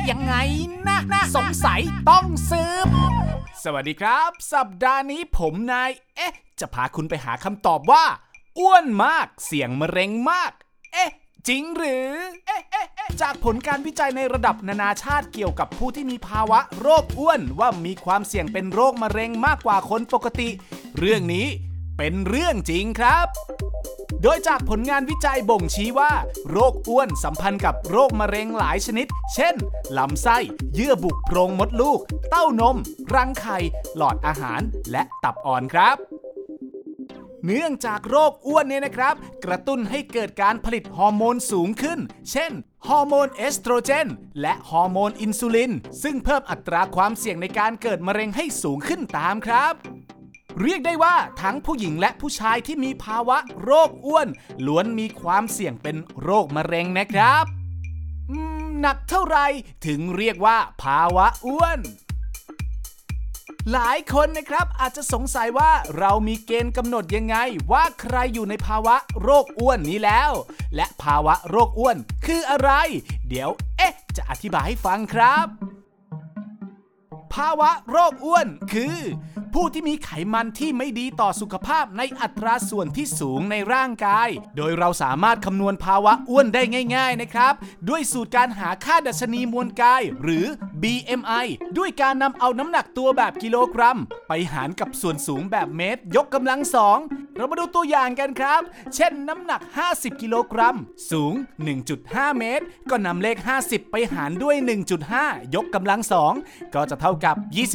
ยังไงนะสงสัยต้องสืบสวัสดีครับสัปดาห์นี้ผมนายจะพาคุณไปหาคำตอบว่าอ้วนมากเสี่ยงมะเร็งมากจริงหรือจากผลการวิจัยในระดับนานาชาติเกี่ยวกับผู้ที่มีภาวะโรคอ้วนว่ามีความเสี่ยงเป็นโรคมะเร็งมากกว่าคนปกติเรื่องนี้เป็นเรื่องจริงครับโดยจากผลงานวิจัยบ่งชี้ว่าโรคอ้วนสัมพันธ์กับโรคมะเร็งหลายชนิดเช่นลำไส้เยื่อบุโพรงมดลูกเต้านมรังไข่หลอดอาหารและตับอ่อนครับเนื่องจากโรคอ้วนเนี่ยนะครับกระตุ้นให้เกิดการผลิตฮอร์โมนสูงขึ้นเช่นฮอร์โมนเอสโตรเจนและฮอร์โมนอินซูลินซึ่งเพิ่มอัตราความเสี่ยงในการเกิดมะเร็งให้สูงขึ้นตามครับเรียกได้ว่าทั้งผู้หญิงและผู้ชายที่มีภาวะโรคอ้วนล้วนมีความเสี่ยงเป็นโรคมะเร็งนะครับหนักเท่าไหร่ถึงเรียกว่าภาวะอ้วนหลายคนนะครับอาจจะสงสัยว่าเรามีเกณฑ์กำหนดยังไงว่าใครอยู่ในภาวะโรคอ้วนนี้แล้วและภาวะโรคอ้วนคืออะไรเดี๋ยวจะอธิบายให้ฟังครับภาวะโรคอ้วนคือผู้ที่มีไขมันที่ไม่ดีต่อสุขภาพในอัตราส่วนที่สูงในร่างกายโดยเราสามารถคำนวณภาวะอ้วนได้ง่ายๆนะครับด้วยสูตรการหาค่าดัชนีมวลกายหรือ BMI ด้วยการนำเอาน้ำหนักตัวแบบกิโลกรัมไปหารกับส่วนสูงแบบเมตรยกกำลัง2เรามาดูตัวอย่างกันครับเช่นน้ำหนัก50กิโลกรัมสูง 1.5 เมตรก็นำเลข50ไปหารด้วย 1.5 ยกกำลัง2ก็จะเท่ากับ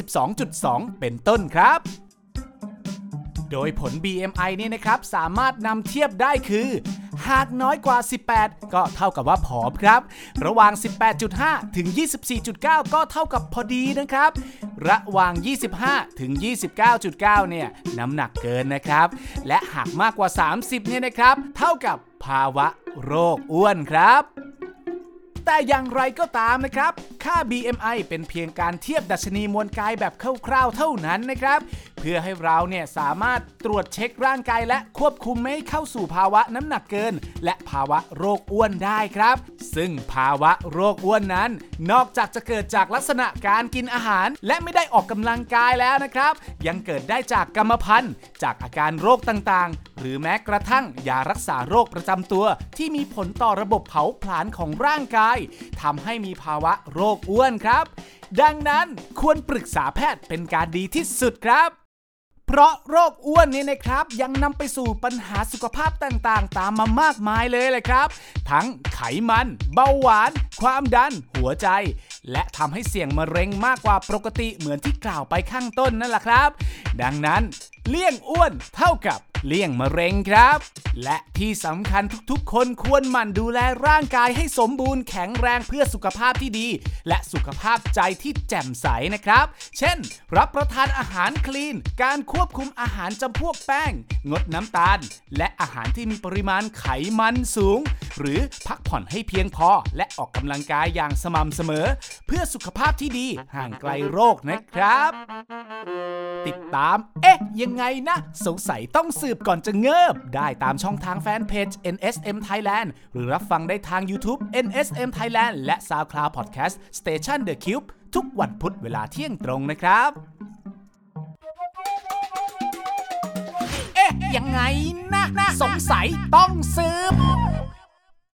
22.2 เป็นต้นครับโดยผล BMI นี่นะครับสามารถนำเทียบได้คือหากน้อยกว่า18ก็เท่ากับว่าผอมครับระหว่าง 18.5 ถึง 24.9 ก็เท่ากับพอดีนะครับระหว่าง 25 ถึง 29.9 เนี่ยน้ำหนักเกินนะครับและหากมากกว่า 30 เนี่ยนะครับเท่ากับภาวะโรคอ้วนครับแต่อย่างไรก็ตามนะครับค่า BMI เป็นเพียงการเทียบดัชนีมวลกายแบบคร่าวๆเท่านั้นนะครับเพื่อให้เราเนี่ยสามารถตรวจเช็คร่างกายและควบคุมไม่ให้เข้าสู่ภาวะน้ำหนักเกินและภาวะโรคอ้วนได้ครับซึ่งภาวะโรคอ้วนนั้นนอกจากจะเกิดจากลักษณะการกินอาหารและไม่ได้ออกกำลังกายแล้วนะครับยังเกิดได้จากกรรมพันธุ์จากอาการโรคต่างๆหรือแม้กระทั่งยารักษาโรคประจำตัวที่มีผลต่อระบบเผาผลาญของร่างกายทำให้มีภาวะโรคอ้วนครับดังนั้นควรปรึกษาแพทย์เป็นการดีที่สุดครับเพราะโรคอ้วนนี้นะครับยังนำไปสู่ปัญหาสุขภาพต่างๆตามมามากมายเลยเลยครับทั้งไขมันเบาหวานความดันหัวใจและทำให้เสี่ยงมะเร็งมากกว่าปกติเหมือนที่กล่าวไปข้างต้นนั่นแหละครับดังนั้นเลี่ยงอ้วนเท่ากับเลี่ยงมะเร็งครับและที่สำคัญทุกๆคนควรหมั่นดูแลร่างกายให้สมบูรณ์แข็งแรงเพื่อสุขภาพที่ดีและสุขภาพใจที่แจ่มใสนะครับเช่นรับประทานอาหารคลีนการควบคุมอาหารจำพวกแป้งงดน้ำตาลและอาหารที่มีปริมาณไขมันสูงหรือพักผ่อนให้เพียงพอและออกกำลังกายอย่างสม่ำเสมอเพื่อสุขภาพที่ดีห่างไกลโรคนะครับติดตามยังไงนะสงสัยต้องสืบก่อนจะเงิบได้ตามช่องทางแฟนเพจ NSM Thailand หรือรับฟังได้ทาง YouTube NSM Thailand และ SoundCloud Podcast Station The Cube ทุกวันพุธเวลาเที่ยงตรงนะครับยังไงนะสงสัยต้องสืบ